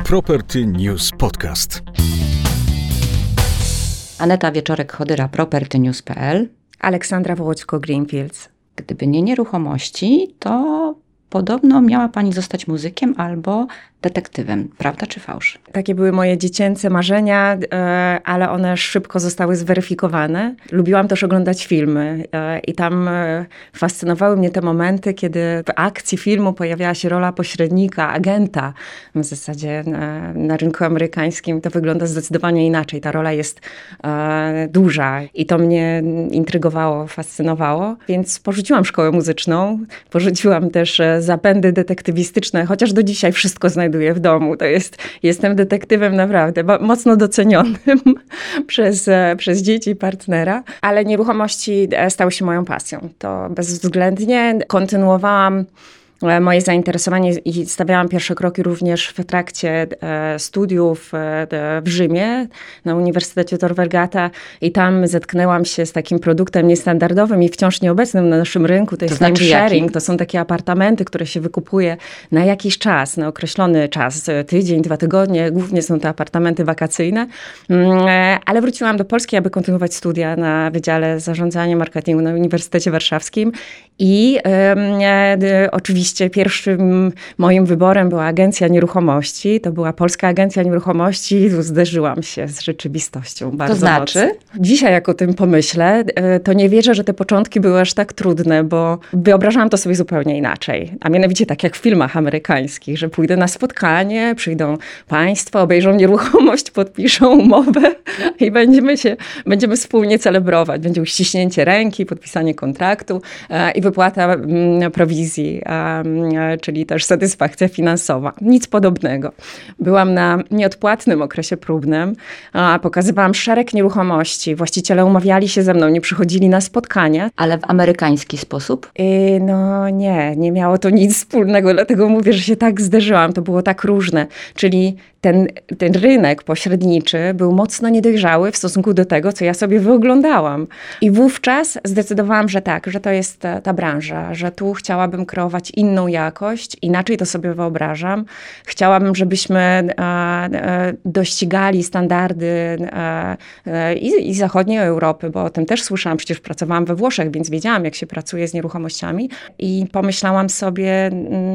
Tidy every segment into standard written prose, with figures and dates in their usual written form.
Property News Podcast. Aneta Wieczorek-Chodyra, propertynews.pl. Aleksandra Wołodzko-Greenfields. Gdyby nie nieruchomości, to podobno miała pani zostać muzykiem albo detektywem. Prawda czy fałsz? Takie były moje dziecięce marzenia, ale one szybko zostały zweryfikowane. Lubiłam też oglądać filmy i tam fascynowały mnie te momenty, kiedy w akcji filmu pojawiała się rola pośrednika, agenta. W zasadzie na rynku amerykańskim to wygląda zdecydowanie inaczej. Ta rola jest duża i to mnie intrygowało, fascynowało. Więc porzuciłam szkołę muzyczną, porzuciłam też zapędy detektywistyczne, chociaż do dzisiaj wszystko znajduję w domu. Jestem detektywem naprawdę mocno docenionym przez dzieci i partnera, ale nieruchomości stały się moją pasją. To bezwzględnie kontynuowałam moje zainteresowanie i stawiałam pierwsze kroki również w trakcie studiów w Rzymie na Uniwersytecie Tor Vergata i tam zetknęłam się z takim produktem niestandardowym i wciąż nieobecnym na naszym rynku. To jest name sharing. To są takie apartamenty, które się wykupuje na jakiś czas, na określony czas, tydzień, 2 tygodnie. Głównie są to apartamenty wakacyjne. Ale wróciłam do Polski, aby kontynuować studia na Wydziale Zarządzania Marketingu na Uniwersytecie Warszawskim i oczywiście pierwszym moim wyborem była agencja nieruchomości. To była Polska Agencja Nieruchomości i zderzyłam się z rzeczywistością bardzo znaczy? mocno. Dzisiaj jak o tym pomyślę, to nie wierzę, że te początki były aż tak trudne, bo wyobrażałam to sobie zupełnie inaczej. A mianowicie tak jak w filmach amerykańskich, że pójdę na spotkanie, przyjdą państwo, obejrzą nieruchomość, podpiszą umowę i będziemy wspólnie celebrować. Będzie uściśnięcie ręki, podpisanie kontraktu i wypłata prowizji, czyli też satysfakcja finansowa. Nic podobnego. Byłam na nieodpłatnym okresie próbnym, pokazywałam szereg nieruchomości. Właściciele umawiali się ze mną, nie przychodzili na spotkania. Ale w amerykański sposób? No nie miało to nic wspólnego, dlatego mówię, że się tak zderzyłam. To było tak różne. Czyli ten rynek pośredniczy był mocno niedojrzały w stosunku do tego, co ja sobie wyoglądałam. I wówczas zdecydowałam, że tak, że to jest ta branża, że tu chciałabym kreować inną jakość, inaczej to sobie wyobrażam. Chciałabym, żebyśmy dościgali standardy i zachodniej Europy, bo o tym też słyszałam, przecież pracowałam we Włoszech, więc wiedziałam, jak się pracuje z nieruchomościami. I pomyślałam sobie,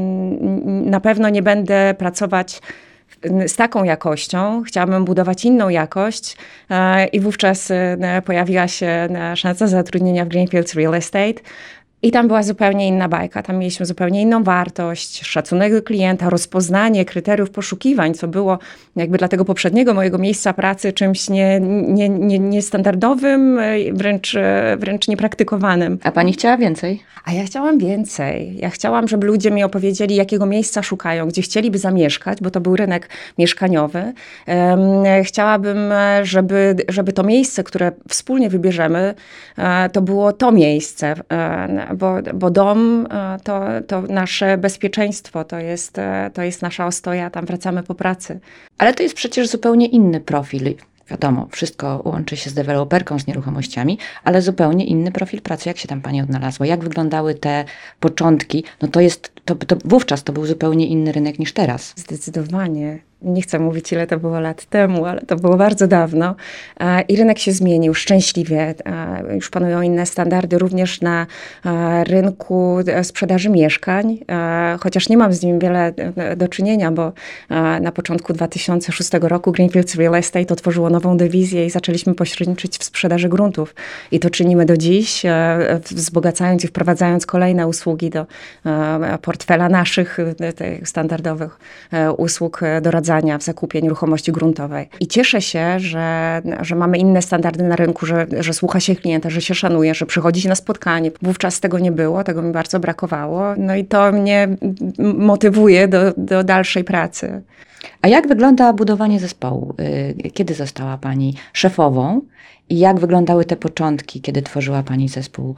na pewno nie będę pracować z taką jakością, chciałabym budować inną jakość i wówczas pojawiła się szansa zatrudnienia w Greenfields Real Estate. I tam była zupełnie inna bajka. Tam mieliśmy zupełnie inną wartość, szacunek do klienta, rozpoznanie kryteriów poszukiwań, co było jakby dla tego poprzedniego mojego miejsca pracy czymś niestandardowym, wręcz niepraktykowanym. A pani chciała więcej? A ja chciałam więcej. Ja chciałam, żeby ludzie mi opowiedzieli, jakiego miejsca szukają, gdzie chcieliby zamieszkać, bo to był rynek mieszkaniowy. Chciałabym, żeby to miejsce, które wspólnie wybierzemy, to było to miejsce, bo dom to nasze bezpieczeństwo, to jest nasza ostoja, tam wracamy po pracy. Ale to jest przecież zupełnie inny profil. Wiadomo, wszystko łączy się z deweloperką, z nieruchomościami, ale zupełnie inny profil pracy. Jak się tam pani odnalazła? Jak wyglądały te początki? No wówczas to był zupełnie inny rynek niż teraz. Zdecydowanie. Nie chcę mówić, ile to było lat temu, ale to było bardzo dawno. I rynek się zmienił szczęśliwie. Już panują inne standardy również na rynku sprzedaży mieszkań. Chociaż nie mam z nim wiele do czynienia, bo na początku 2006 roku Greenfields Real Estate otworzyło nową dywizję i zaczęliśmy pośredniczyć w sprzedaży gruntów. I to czynimy do dziś, wzbogacając i wprowadzając kolejne usługi do portfela naszych tych standardowych usług doradzania w zakupie nieruchomości gruntowej. I cieszę się, że mamy inne standardy na rynku, że słucha się klienta, że się szanuje, że przychodzi się na spotkanie. Wówczas tego nie było, tego mi bardzo brakowało. No i to mnie motywuje do dalszej pracy. A jak wygląda budowanie zespołu? Kiedy została pani szefową i jak wyglądały te początki, kiedy tworzyła pani zespół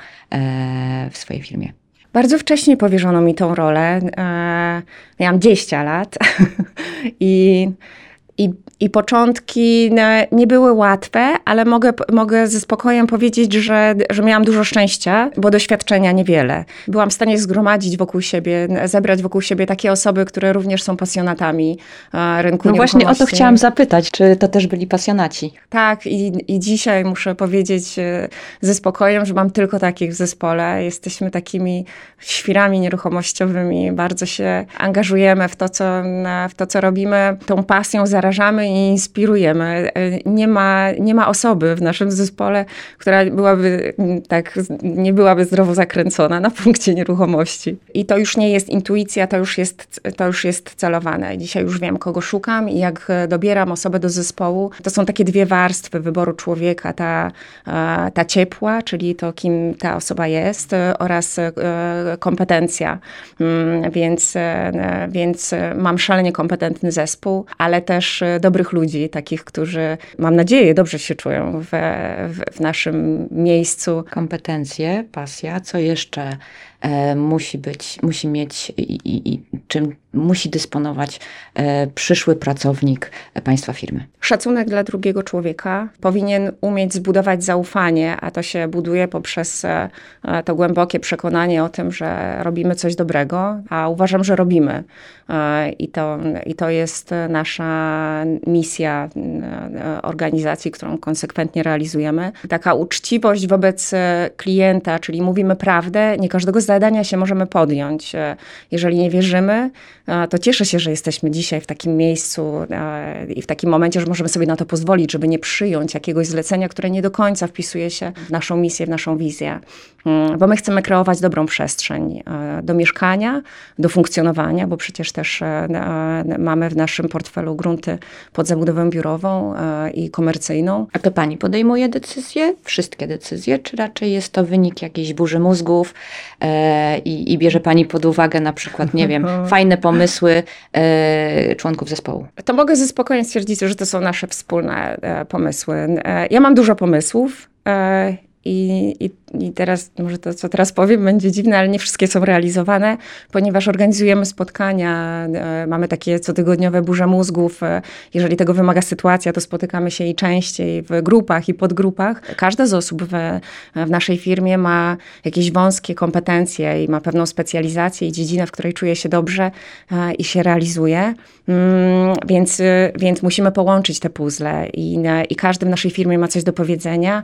w swojej firmie? Bardzo wcześnie powierzono mi tą rolę. Miałam 20 lat i I początki nie były łatwe, ale mogę ze spokojem powiedzieć, że miałam dużo szczęścia, bo doświadczenia niewiele. Byłam w stanie zgromadzić wokół siebie, zebrać wokół siebie takie osoby, które również są pasjonatami rynku No nieruchomości. właśnie o to chciałam zapytać, czy to też byli pasjonaci? Tak, i dzisiaj muszę powiedzieć ze spokojem, że mam tylko takich w zespole. Jesteśmy takimi świrami nieruchomościowymi, bardzo się angażujemy w to, co robimy. Tą pasją zarażamy i inspirujemy. Nie ma osoby w naszym zespole, która nie byłaby zdrowo zakręcona na punkcie nieruchomości. I to już nie jest intuicja, to już jest celowane. Dzisiaj już wiem, kogo szukam i jak dobieram osobę do zespołu. To są takie dwie warstwy wyboru człowieka. Ta ciepła, czyli to, kim ta osoba jest, oraz kompetencja. Więc mam szalenie kompetentny zespół, ale też dobrych ludzi, takich, którzy, mam nadzieję, dobrze się czują w naszym miejscu. Kompetencje, pasja, co jeszcze musi mieć i czym musi dysponować przyszły pracownik państwa firmy? Szacunek dla drugiego człowieka. Powinien umieć zbudować zaufanie, a to się buduje poprzez to głębokie przekonanie o tym, że robimy coś dobrego, a uważam, że robimy. I to jest nasza misja organizacji, którą konsekwentnie realizujemy. Taka uczciwość wobec klienta, czyli mówimy prawdę, nie każdego zadania się możemy podjąć. Jeżeli nie wierzymy, to cieszę się, że jesteśmy dzisiaj w takim miejscu i w takim momencie, że możemy sobie na to pozwolić, żeby nie przyjąć jakiegoś zlecenia, które nie do końca wpisuje się w naszą misję, w naszą wizję. Bo my chcemy kreować dobrą przestrzeń do mieszkania, do funkcjonowania, bo przecież też mamy w naszym portfelu grunty pod zabudowę biurową i komercyjną. A to pani podejmuje decyzje, wszystkie decyzje, czy raczej jest to wynik jakiejś burzy mózgów i bierze pani pod uwagę na przykład, nie wiem, fajne pomysły członków zespołu? To mogę ze spokojem stwierdzić, że to są nasze wspólne pomysły. Ja mam dużo pomysłów. I teraz, może to, co teraz powiem, będzie dziwne, ale nie wszystkie są realizowane, ponieważ organizujemy spotkania, mamy takie cotygodniowe burze mózgów. Jeżeli tego wymaga sytuacja, to spotykamy się i częściej w grupach i podgrupach. Każda z osób w naszej firmie ma jakieś wąskie kompetencje i ma pewną specjalizację i dziedzinę, w której czuje się dobrze i się realizuje. Więc musimy połączyć te puzzle i każdy w naszej firmie ma coś do powiedzenia.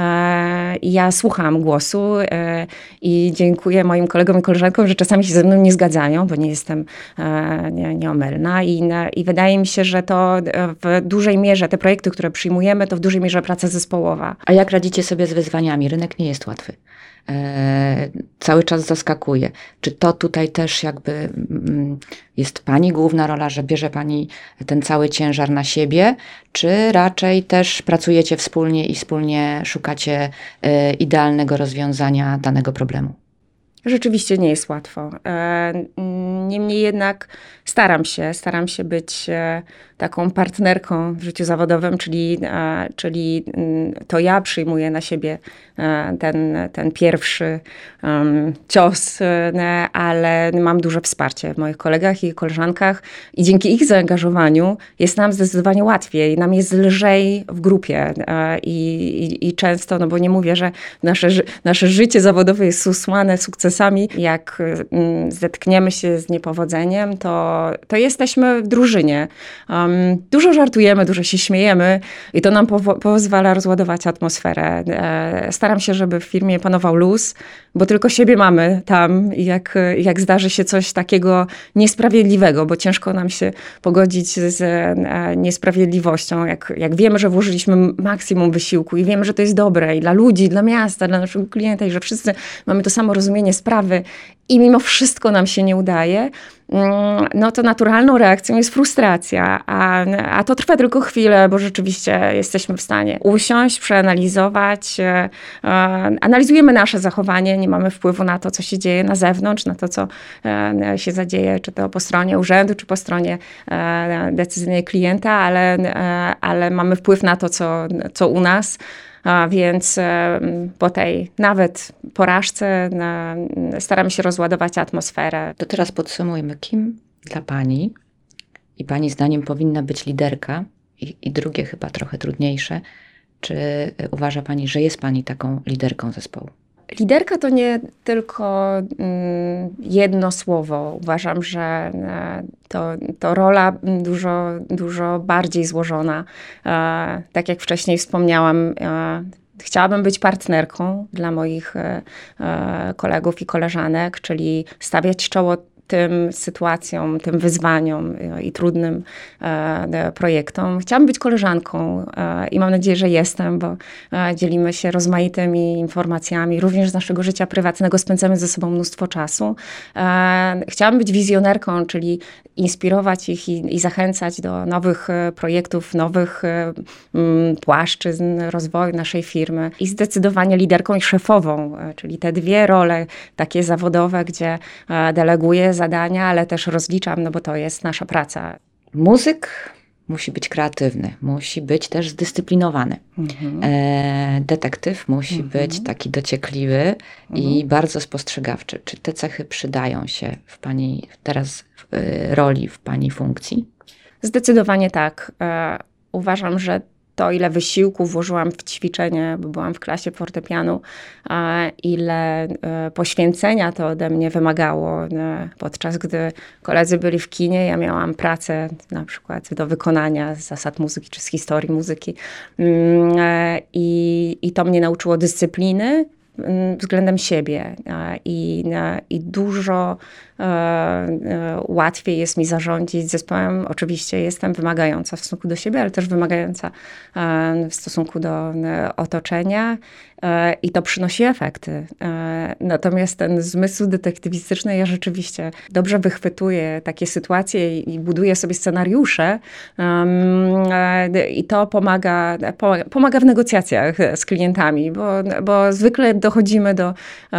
I ja słucham głosu i dziękuję moim kolegom i koleżankom, że czasami się ze mną nie zgadzają, bo nie jestem nieomylna. I wydaje mi się, że to w dużej mierze, te projekty, które przyjmujemy, to w dużej mierze praca zespołowa. A jak radzicie sobie z wyzwaniami? Rynek nie jest łatwy. Cały czas zaskakuje. Czy to tutaj też jakby jest pani główna rola, że bierze pani ten cały ciężar na siebie, czy raczej też pracujecie wspólnie i wspólnie szukacie idealnego rozwiązania danego problemu? Rzeczywiście nie jest łatwo. Niemniej jednak staram się być taką partnerką w życiu zawodowym, czyli to ja przyjmuję na siebie ten pierwszy cios, ale mam duże wsparcie w moich kolegach i koleżankach i dzięki ich zaangażowaniu jest nam zdecydowanie łatwiej, nam jest lżej w grupie i często, no bo nie mówię, że nasze życie zawodowe jest usłane sukcesami. Jak zetkniemy się z niepowodzeniem, to jesteśmy w drużynie. Dużo żartujemy, dużo się śmiejemy i to nam pozwala rozładować atmosferę. Staram się, żeby w firmie panował luz, bo tylko siebie mamy tam i jak zdarzy się coś takiego niesprawiedliwego, bo ciężko nam się pogodzić z niesprawiedliwością. Jak wiemy, że włożyliśmy maksimum wysiłku i wiemy, że to jest dobre i dla ludzi, dla miasta, dla naszego klienta i że wszyscy mamy to samo rozumienie sprawy i mimo wszystko nam się nie udaje, no to naturalną reakcją jest frustracja, a to trwa tylko chwilę, bo rzeczywiście jesteśmy w stanie usiąść, przeanalizować. Analizujemy nasze zachowanie, nie mamy wpływu na to, co się dzieje na zewnątrz, na to, co się zadzieje, czy to po stronie urzędu, czy po stronie decyzyjnej klienta, ale mamy wpływ na to, co u nas. Więc po tej nawet porażce staramy się rozładować atmosferę. To teraz podsumujmy, kim dla pani i pani zdaniem powinna być liderka? I drugie chyba trochę trudniejsze. Czy uważa pani, że jest pani taką liderką zespołu? Liderka to nie tylko jedno słowo. Uważam, że to rola dużo bardziej złożona. Tak jak wcześniej wspomniałam, chciałabym być partnerką dla moich kolegów i koleżanek, czyli stawiać czoło tym sytuacjom, tym wyzwaniom i trudnym projektom. Chciałam być koleżanką i mam nadzieję, że jestem, bo dzielimy się rozmaitymi informacjami, również z naszego życia prywatnego, spędzamy ze sobą mnóstwo czasu. Chciałam być wizjonerką, czyli inspirować ich i zachęcać do nowych projektów, nowych płaszczyzn rozwoju naszej firmy i zdecydowanie liderką i szefową, czyli te dwie role takie zawodowe, gdzie deleguję zadania, ale też rozliczam, no bo to jest nasza praca. Muzyk musi być kreatywny, musi być też zdyscyplinowany. Detektyw musi być taki dociekliwy i bardzo spostrzegawczy. Czy te cechy przydają się w pani teraz roli, w pani funkcji? Zdecydowanie tak. Uważam, że to, ile wysiłku włożyłam w ćwiczenie, bo byłam w klasie fortepianu, ile poświęcenia to ode mnie wymagało, podczas gdy koledzy byli w kinie, ja miałam pracę na przykład do wykonania z zasad muzyki czy z historii muzyki. I to mnie nauczyło dyscypliny względem siebie i dużo łatwiej jest mi zarządzić zespołem. Oczywiście jestem wymagająca w stosunku do siebie, ale też wymagająca w stosunku do otoczenia i to przynosi efekty. Natomiast ten zmysł detektywistyczny, ja rzeczywiście dobrze wychwytuję takie sytuacje i buduję sobie scenariusze i to pomaga w negocjacjach z klientami, bo zwykle dochodzimy do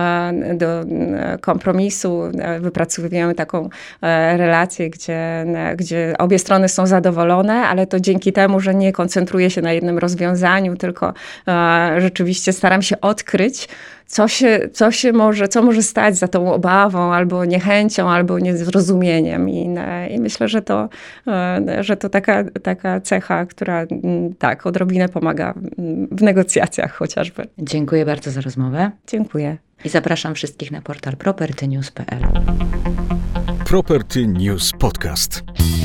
kompromisu, wypracowujemy taką relację, gdzie obie strony są zadowolone, ale to dzięki temu, że nie koncentruję się na jednym rozwiązaniu, tylko rzeczywiście staram się odkryć, co może stać za tą obawą, albo niechęcią, albo niezrozumieniem. I myślę, że to taka cecha, która tak, odrobinę pomaga w negocjacjach chociażby. Dziękuję bardzo za rozmowę. Dziękuję. I zapraszam wszystkich na portal propertynews.pl. Property News Podcast.